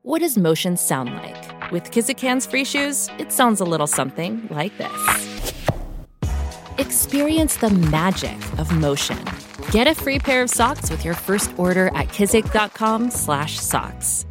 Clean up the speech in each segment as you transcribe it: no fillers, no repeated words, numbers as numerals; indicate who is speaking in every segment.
Speaker 1: What does motion sound like? With Kizikans free shoes, it sounds a little something like this. Experience the magic of motion. Get a free pair of socks with your first order at kizik.com/socks.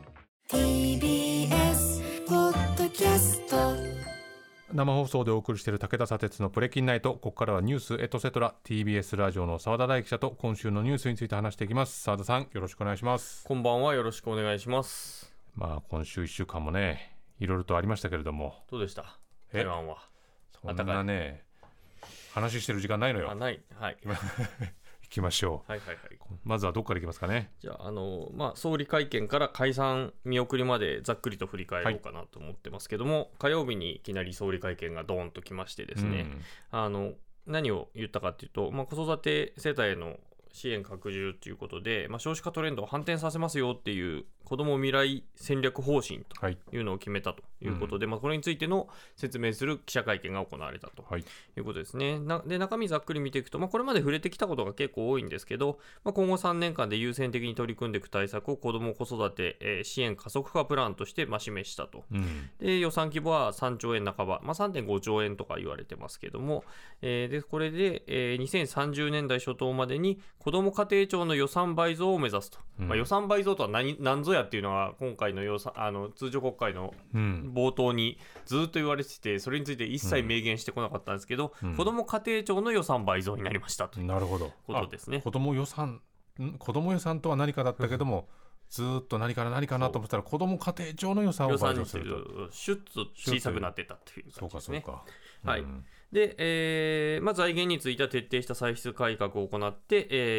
Speaker 2: TBS ポッドキャスト、
Speaker 3: 生放送でお送りしている武田砂鉄のプレキンナイト。ここからはニュースエトセトラ TBS ラジオの澤田大記者と今週のニュースについて話していきます。澤田さん、よろしくお願いします。
Speaker 4: こんばんは、よろしくお願いします。
Speaker 3: 今週1週間もね、いろいろとありましたけれども、
Speaker 4: どうでした台湾は。
Speaker 3: そんなね、話してる時間ないのよ。
Speaker 4: ない、はい。
Speaker 3: 行きましょう。
Speaker 4: はいはいはい。
Speaker 3: まずはどっから行きますかね。
Speaker 4: じゃあ、総理会見から解散見送りまでざっくりと振り返ろうかなと思ってますけども、火曜日にいきなり総理会見がドーンと来ましてですね、何を言ったかというと、子育て世帯への支援拡充ということで、少子化トレンドを反転させますよっていう子ども未来戦略方針というのを決めたということで、これについての説明する記者会見が行われたということですね。で、中身ざっくり見ていくと、これまで触れてきたことが結構多いんですけど、今後3年間で優先的に取り組んでいく対策を子ども子育て、支援加速化プランとして示したと。で、予算規模は3兆円半ば、3.5 兆円とか言われてますけども、でこれで、2030年代初頭までに子ども家庭庁の予算倍増を目指すと。予算倍増とは何ぞやっていうのは今回の通常国会の冒頭にずっと言われてて、それについて一切明言してこなかったんですけど、子ども家庭庁の予算倍増になりましたということですね。
Speaker 3: 子ども予算とは何かだったけども、ずっと何かなと思ったら子ども家庭庁の予算を倍増すると、
Speaker 4: シュッと小さくなってたという感じですね。
Speaker 3: そうか、
Speaker 4: はい。で、財源については徹底した歳出改革を行って、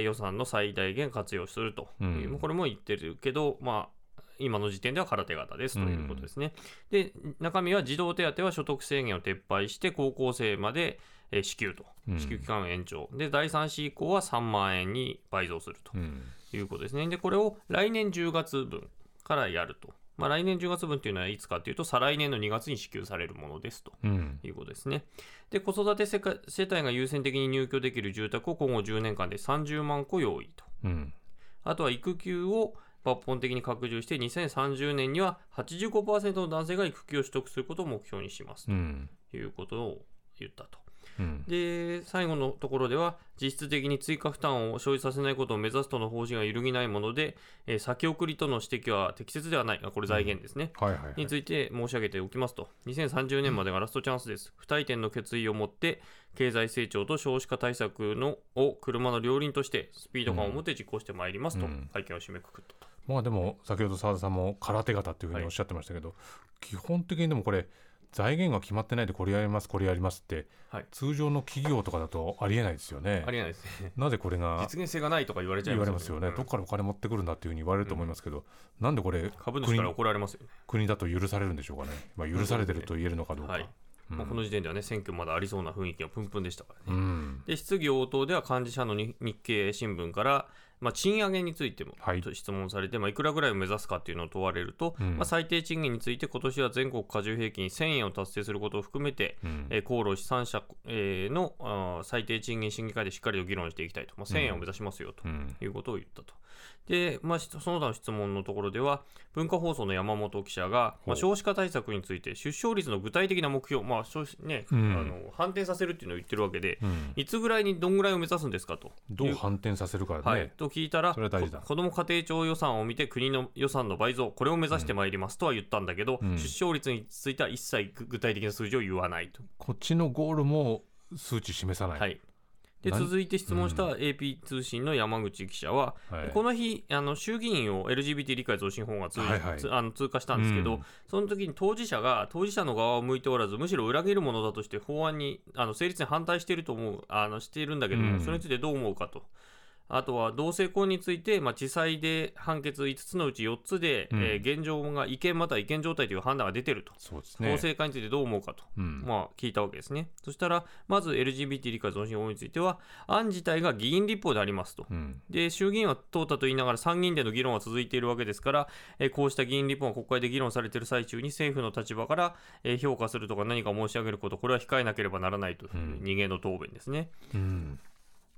Speaker 4: 予算の最大限活用するという、これも言ってるけど、今の時点では空手型ですということですね。で、中身は児童手当は所得制限を撤廃して高校生まで支給と、支給期間延長で、第3子以降は3万円に倍増するということですね。で、これを来年10月分からやると。来年10月分というのはいつかというと、再来年の2月に支給されるものですということですね。で、子育て世帯が優先的に入居できる住宅を今後10年間で30万戸用意と。あとは育休を抜本的に拡充して、2030年には 85% の男性が育休を取得することを目標にしますということを言ったと。で、最後のところでは、実質的に追加負担を生じさせないことを目指すとの方針が揺るぎないもので、先送りとの指摘は適切ではない、これ財源ですね、について申し上げておきますと、2030年までがラストチャンスです。不退転の決意を持って経済成長と少子化対策を車の両輪としてスピード感を持って実行してまいりますと会見を締めくくったと。
Speaker 3: でも先ほど澤田さんも空手型というふうにおっしゃってましたけど、基本的にでもこれ財源が決まってないでこれやりますって、通常の企業とかだとありえないですよね。
Speaker 4: ありえないですね。
Speaker 3: なぜこれが
Speaker 4: 実現性がないとか言われちゃいますよね。
Speaker 3: どこからお金持ってくるんだっていうふうに言われると思いますけど、なんでこれ
Speaker 4: 株主から怒られますよね。
Speaker 3: 国だと許されるんでしょうかね。許されてると言えるのかどうか。
Speaker 4: この時点ではね、選挙まだありそうな雰囲気がプンプンでしたからね。で、質疑応答では幹事社の日経新聞から、賃上げについても質問されて、いくらぐらいを目指すかっていうのを問われると、最低賃金について今年は全国加重平均1000円を達成することを含めて、厚労3社の最低賃金審議会でしっかりと議論していきたいと、1000円を目指しますよということを言ったと。で、その他の質問のところでは、文化放送の山本記者が、少子化対策について出生率の具体的な目標、反転させるっていうのを言ってるわけで、いつぐらいにどんぐらいを目指すんですかと。
Speaker 3: どう反転させるかね。
Speaker 4: と聞いたら、子ども家庭庁予算を見て国の予算の倍増、これを目指してまいりますとは言ったんだけど、出生率については一切具体的な数字を言わないと。
Speaker 3: こっちのゴールも数値示さない。
Speaker 4: で、続いて質問した AP 通信の山口記者は、この日衆議院を LGBT 理解増進法が通過したんですけど、その時に当事者の側を向いておらず、むしろ裏切るものだとして法案に成立に反対しているとしているんだけども、それについてどう思うかと。あとは同性婚について、地裁で判決5つのうち4つで、現状が違憲または違憲状態という判断が出ていると。
Speaker 3: そうですね。
Speaker 4: 同性婚についてどう思うかと、聞いたわけですね。そしたら、まず LGBT 理解増進法については、案自体が議員立法でありますと。で、衆議院は通ったと言いながら参議院での議論は続いているわけですから、こうした議員立法が国会で議論されている最中に政府の立場から、評価するとか何か申し上げること、これは控えなければならないという逃げの答弁ですね。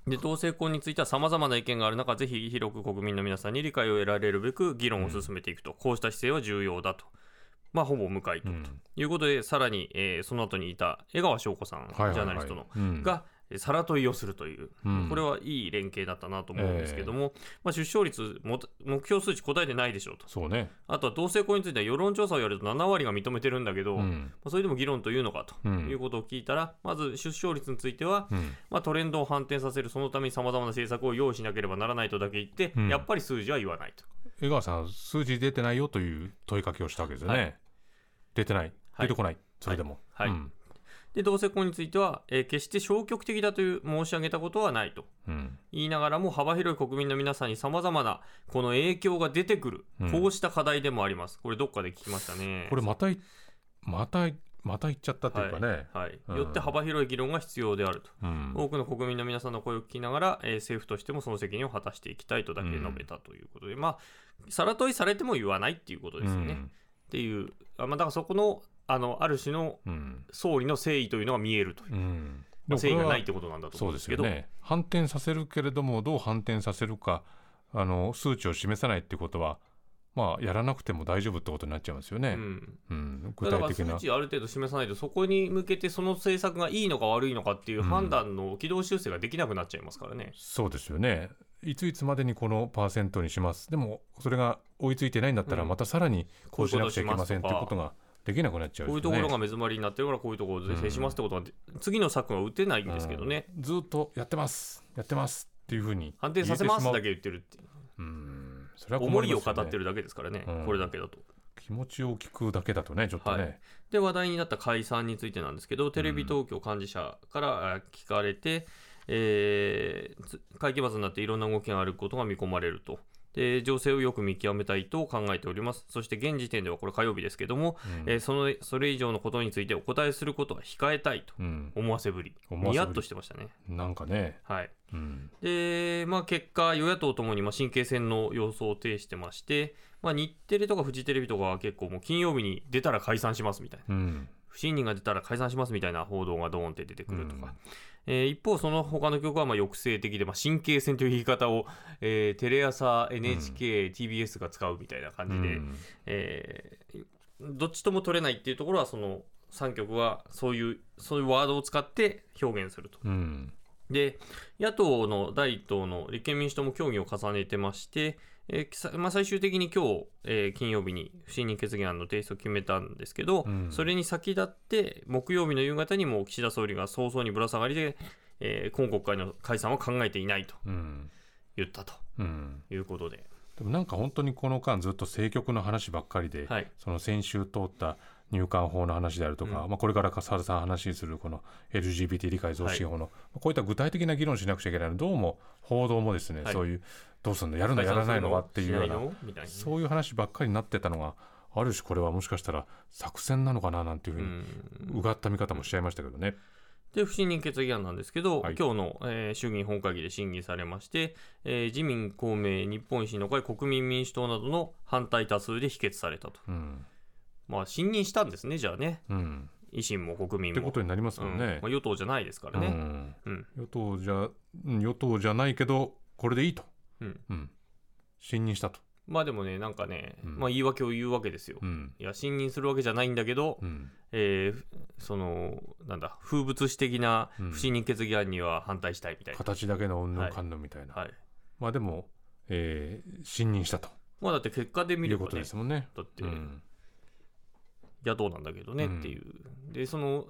Speaker 4: で同性婚についてはさまざまな意見がある中、ぜひ広く国民の皆さんに理解を得られるべく議論を進めていくと、こうした姿勢は重要だと、ほぼ無回答ということで、さらに、その後にいた江川翔子さん、ジャーナリストの、がさら問いをするという、これはいい連携だったなと思うんですけども、出生率目標数値答えてないでしょうと。
Speaker 3: そうね。あ
Speaker 4: とは同性婚については世論調査をやると7割が認めてるんだけど、それでも議論というのかということを聞いたら、まず出生率については、トレンドを反転させる、そのためにさまざまな政策を用意しなければならないとだけ言って、やっぱり数字は言わないと。
Speaker 3: 江川さん、数字出てないよという問いかけをしたわけですよね。出てない、出てこない、それでも。
Speaker 4: で同性婚については、決して消極的だという申し上げたことはないと、言いながらも、幅広い国民の皆さんにさまざまなこの影響が出てくる、こうした課題でもあります。これどっかで聞きましたね。
Speaker 3: これまた言っちゃったというかね、
Speaker 4: よって幅広い議論が必要であると、多くの国民の皆さんの声を聞きながら、政府としてもその責任を果たしていきたいとだけ述べたということで、さら問いされても言わないっていうことですよね。っていう、だからそこのある種の総理の誠意というのが見えるという、誠意がないってことなんだと思うんですけど、
Speaker 3: そうですよね。反転させるけれども、どう反転させるか、数値を示さないってことは、やらなくても大丈夫ってことになっちゃいますよね。
Speaker 4: 具体的な数値ある程度示さないと、そこに向けてその政策がいいのか悪いのかっていう判断の軌道修正ができなくなっちゃいますからね。
Speaker 3: そうですよね。いついつまでにこのパーセントにします、でもそれが追いついてないんだったら、またさらにこうしなくちゃいけませんっていうことができなくなっちゃう、
Speaker 4: こういうところが目詰まりになってるから、こういうところで制しますってことは、次の策は打てないんですけどね。
Speaker 3: ずっとやってますっていうふうに
Speaker 4: 反転させますだけ言ってるっていう、
Speaker 3: それは困りますよね。
Speaker 4: 思いを語ってるだけですからね、これだけだと。
Speaker 3: 気持ちを聞くだけだとね、ちょっとね。
Speaker 4: で話題になった解散についてなんですけど、テレビ東京幹事社から聞かれて、会期末になっていろんな動きがあることが見込まれると。で情勢をよく見極めたいと考えております。そして現時点では、これ火曜日ですけども、それ以上のことについてお答えすることは控えたいと思わせぶり、ニヤッとしてましたね。
Speaker 3: なんかね。
Speaker 4: で結果、与野党ともに神経戦の様相を呈してまして、日テレとかフジテレビとかは結構もう金曜日に出たら解散しますみたいな、不信任が出たら解散しますみたいな報道がドーンって出てくるとか、一方その他の局は抑制的で、神経戦という言い方を、テレ朝、NHK、TBS が使うみたいな感じで、どっちとも取れないっていうところは、その3局はそういうワードを使って表現すると。で野党の第一党の立憲民主党も協議を重ねてまして、最終的に今日、金曜日に不信任決議案の提出を決めたんですけど、それに先立って木曜日の夕方にも岸田総理が早々にぶら下がりで、今国会の解散は考えていないと言ったということで、
Speaker 3: でもなんか本当にこの間ずっと政局の話ばっかりで、その先週通った入管法の話であるとか、これから笠原さん話するこの LGBT 理解増進法の、こういった具体的な議論しなくちゃいけないの、どうも報道もですね、そういうどうするのやるのやらないのはっていうような、そういう話ばっかりになってたのが、ある種これはもしかしたら作戦なのかななんていうふうにうがった見方もしちゃいましたけどね。
Speaker 4: で不信任決議案なんですけど、今日の、衆議院本会議で審議されまして、自民、公明、日本維新の会、国民民主党などの反対多数で否決されたと。信任したんですね、じゃあね。維新も国民も
Speaker 3: ってことになりますもんね。
Speaker 4: 与党じゃないですからね。
Speaker 3: 与党じゃないけどこれでいいと、信任したと。
Speaker 4: でもね、なんかね、言い訳を言うわけですよ。いや信任するわけじゃないんだけど、そのなんだ風物詩的な不信任決議案には反対したいみたいな、
Speaker 3: 形だけのうんぬんかんぬんみたいな、でも、信任したと。
Speaker 4: だって結果で見ればね、
Speaker 3: ですもんね。
Speaker 4: だって、野党なんだけどねっていう。でその、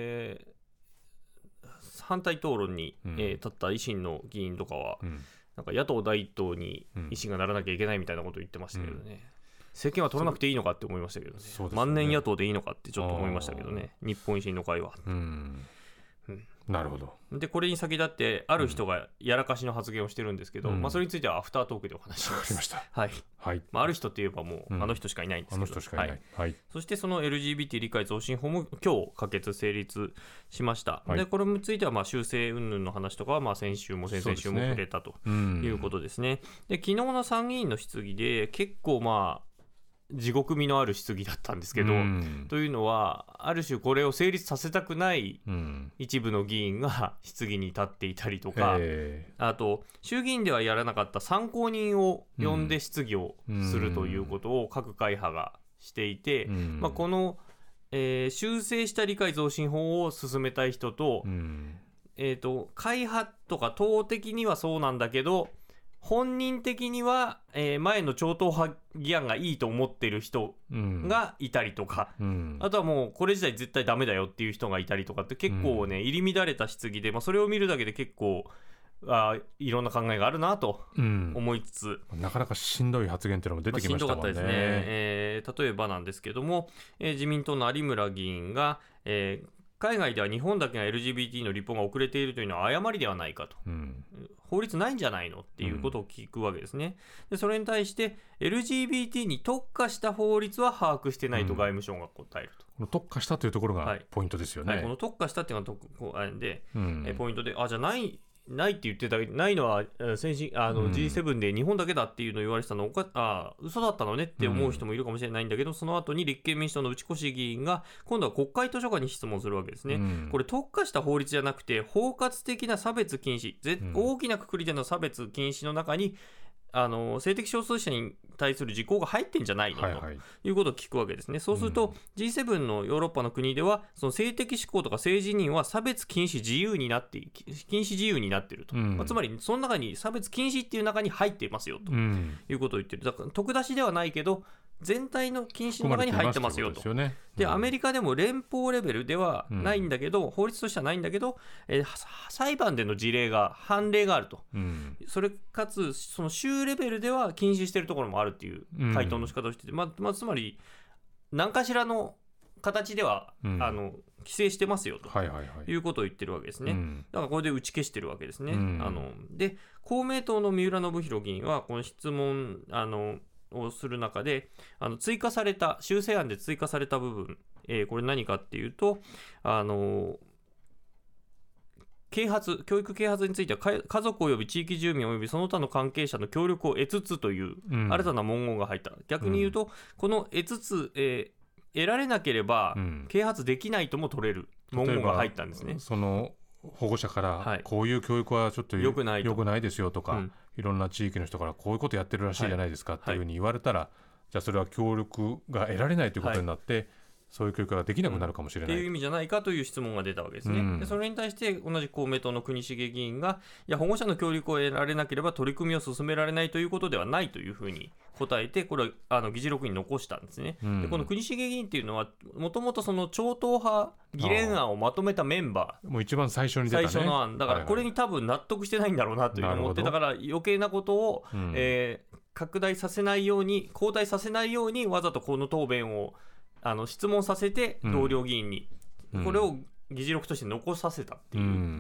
Speaker 4: 反対討論に、立った維新の議員とかは、なんか野党第一党に維新がならなきゃいけないみたいなことを言ってましたけどね、政権は取らなくていいのかって思いましたけど ね、万年野党でいいのかってちょっと思いましたけどね、日本維新の会は。
Speaker 3: なるほど。
Speaker 4: でこれに先立ってある人がやらかしの発言をしてるんですけど、それについてはアフタートークでお話しします。
Speaker 3: わかりました。
Speaker 4: ある人って言えばもう、あの人しかいないんですけど、
Speaker 3: あの人しかいない。
Speaker 4: そしてその LGBT 理解増進法も今日可決成立しました。でこれについては修正云々の話とかは先週も先々週も触れたということですね。で昨日の参議院の質疑で結構地獄味のある質疑だったんですけど、というのはある種これを成立させたくない一部の議員が質疑に立っていたりとか、あと衆議院ではやらなかった参考人を呼んで質疑をするということを各会派がしていて、この、修正した理解増進法を進めたい人と、会派とか党的にはそうなんだけど本人的には、前の超党派議案がいいと思ってる人がいたりとか、あとはもうこれ自体絶対ダメだよっていう人がいたりとかって結構ね、入り乱れた質疑で、それを見るだけで結構いろんな考えがあるなと思いつつ、
Speaker 3: なかなかしんどい発言っていうのも出てきましたもんね。
Speaker 4: しんどかったですね。例えばなんですけども、自民党の有村議員が、海外では日本だけが LGBT の立法が遅れているというのは誤りではないかと、法律ないんじゃないのっていうことを聞くわけですね。でそれに対して LGBT に特化した法律は把握してないと外務省が答えると、
Speaker 3: この特化したというところがポイントですよね。
Speaker 4: この特化したっていうのがあるんで、ポイントで、じゃあないって言ってたけど、ないのは先進G7 で日本だけだっていうのを言われてたの嘘だったのねって思う人もいるかもしれないんだけど、その後に立憲民主党の内越議員が今度は国会図書館に質問するわけですね。これ特化した法律じゃなくて包括的な差別禁止、大きな括りでの差別禁止の中に性的少数者に対する事項が入ってんじゃないの、ということを聞くわけですね。そうすると、G7 のヨーロッパの国ではその性的指向とか性自認は差別禁止自由になっていると、つまりその中に差別禁止っていう中に入っていますよということを言ってる。だから得出しではないけど全体の禁止の中に入ってますよと。でアメリカでも連邦レベルではないんだけど、法律としてはないんだけど、裁判での事例が判例があると、それかつその州レベルでは禁止しているところもあるっていう回答の仕方をしてて、つまり何かしらの形では、規制してますよということを言ってるわけですね。だからこれで打ち消してるわけですね。で公明党の三浦信弘議員はこの質問をする中で追加された修正案で追加された部分、これ何かっていうと教育啓発については家族及び地域住民及びその他の関係者の協力を得つつという新たな文言が入った。逆に言うとこの得つつ、得られなければ啓発できないとも取れる文言が入ったんですね。
Speaker 3: その保護者からこういう教育はちょっと良くないですよとか、いろんな地域の人からこういうことやってるらしいじゃないですかっていうふうに言われたら、じゃあそれは協力が得られないということになって、そういう教育ができなくなるかもしれない、
Speaker 4: っていう意味じゃないかという質問が出たわけですね。でそれに対して同じ公明党の国重議員が、いや保護者の協力を得られなければ取り組みを進められないということではないというふうに答えて、これは議事録に残したんですね。でこの国重議員っていうのはもともとその超党派議連案をまとめたメンバー、
Speaker 3: もう一番最初に出たね、
Speaker 4: 最初の案だからこれに多分納得してないんだろうなという思って、だから余計なことを、拡大させないように後退させないようにわざとこの答弁を質問させて同僚議員に、これを議事録として残させたっていう、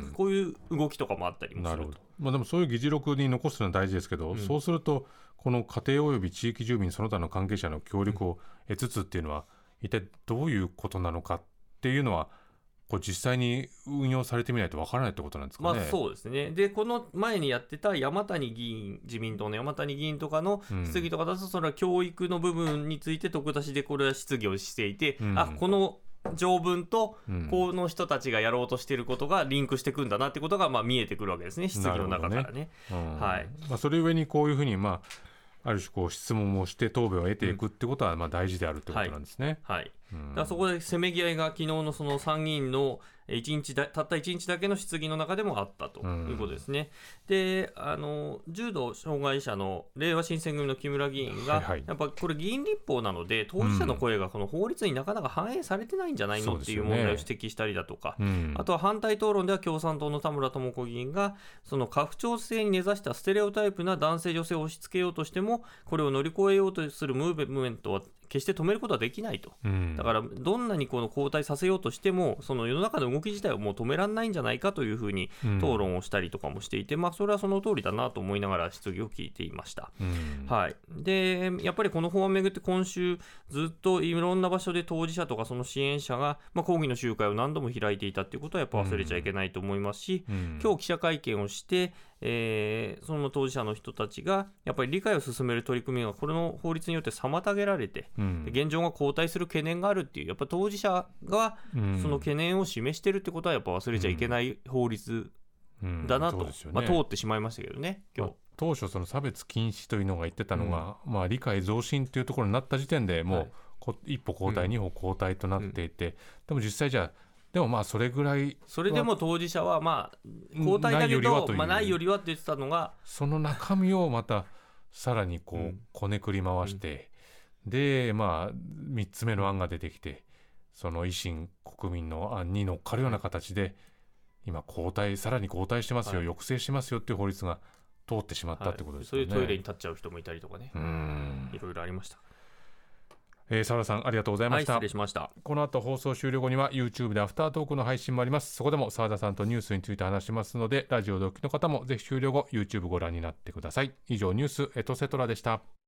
Speaker 4: こういう動きとかもあったりもすると。
Speaker 3: でもそういう議事録に残すのは大事ですけど、そうするとこの家庭及び地域住民その他の関係者の協力を得つつっていうのは、一体どういうことなのかっていうのはこれ実際に運用されてみないとわからないってことなんですかね。
Speaker 4: そうですね。でこの前にやってた山谷議員、自民党の山谷議員とかの質疑とかだと、それは教育の部分について得出しでこれは質疑をしていて、この条文とこの人たちがやろうとしていることがリンクしてくんだなってことが見えてくるわけですね、質疑の中からね。
Speaker 3: それゆえにこういうふうにある種質問をして答弁を得ていくってことは大事であるってことなんですね。
Speaker 4: だからそこでせめぎ合いが昨日のその参議院のたった1日だけの質疑の中でもあったということですね。で重度障害者のれいわ新選組の木村議員が、やっぱこれ議員立法なので当事者の声がこの法律になかなか反映されてないんじゃないのっていう問題を指摘したりだとか、あとは反対討論では共産党の田村智子議員がその家父長制に根ざしたステレオタイプな男性女性を押し付けようとしてもこれを乗り越えようとするムーブメントは決して止めることはできないと、だからどんなにこの後退させようとしてもその世の中の動き自体をもう止められないんじゃないかというふうに討論をしたりとかもしていて、それはその通りだなと思いながら質疑を聞いていました。でやっぱりこの法案をめぐって今週ずっといろんな場所で当事者とかその支援者が、抗議の集会を何度も開いていたということはやっぱ忘れちゃいけないと思いますし、今日記者会見をしてその当事者の人たちがやっぱり理解を進める取り組みがこの法律によって妨げられて、現状が後退する懸念があるっていう、やっぱ当事者がその懸念を示してるってことはやっぱ忘れちゃいけない法律だなと、通ってしまいましたけどね今日。
Speaker 3: 当初その差別禁止というのが言ってたのが、理解増進というところになった時点でもう、一歩後退、二歩後退となっていて、でも実際じゃあでもそれぐらい、
Speaker 4: それでも当事者は後退だけどないよりはって言ってたのが、
Speaker 3: その中身をまたさらにこねくり回して、で3つ目の案が出てきて、その維新国民の案に乗っかるような形で今さらに後退してますよ、抑制してますよっていう法律が通ってしまったってことですよね。
Speaker 4: そういうトイレに立っちゃう人もいたりとかね、いろいろありました。
Speaker 3: 澤田さんありがとうございました。
Speaker 4: 失礼しました。
Speaker 3: この後放送終了後には YouTube でアフタートークの配信もあります。そこでも澤田さんとニュースについて話しますので、ラジオでお聞きの方もぜひ終了後 YouTube ご覧になってください。以上ニュースエトセトラでした。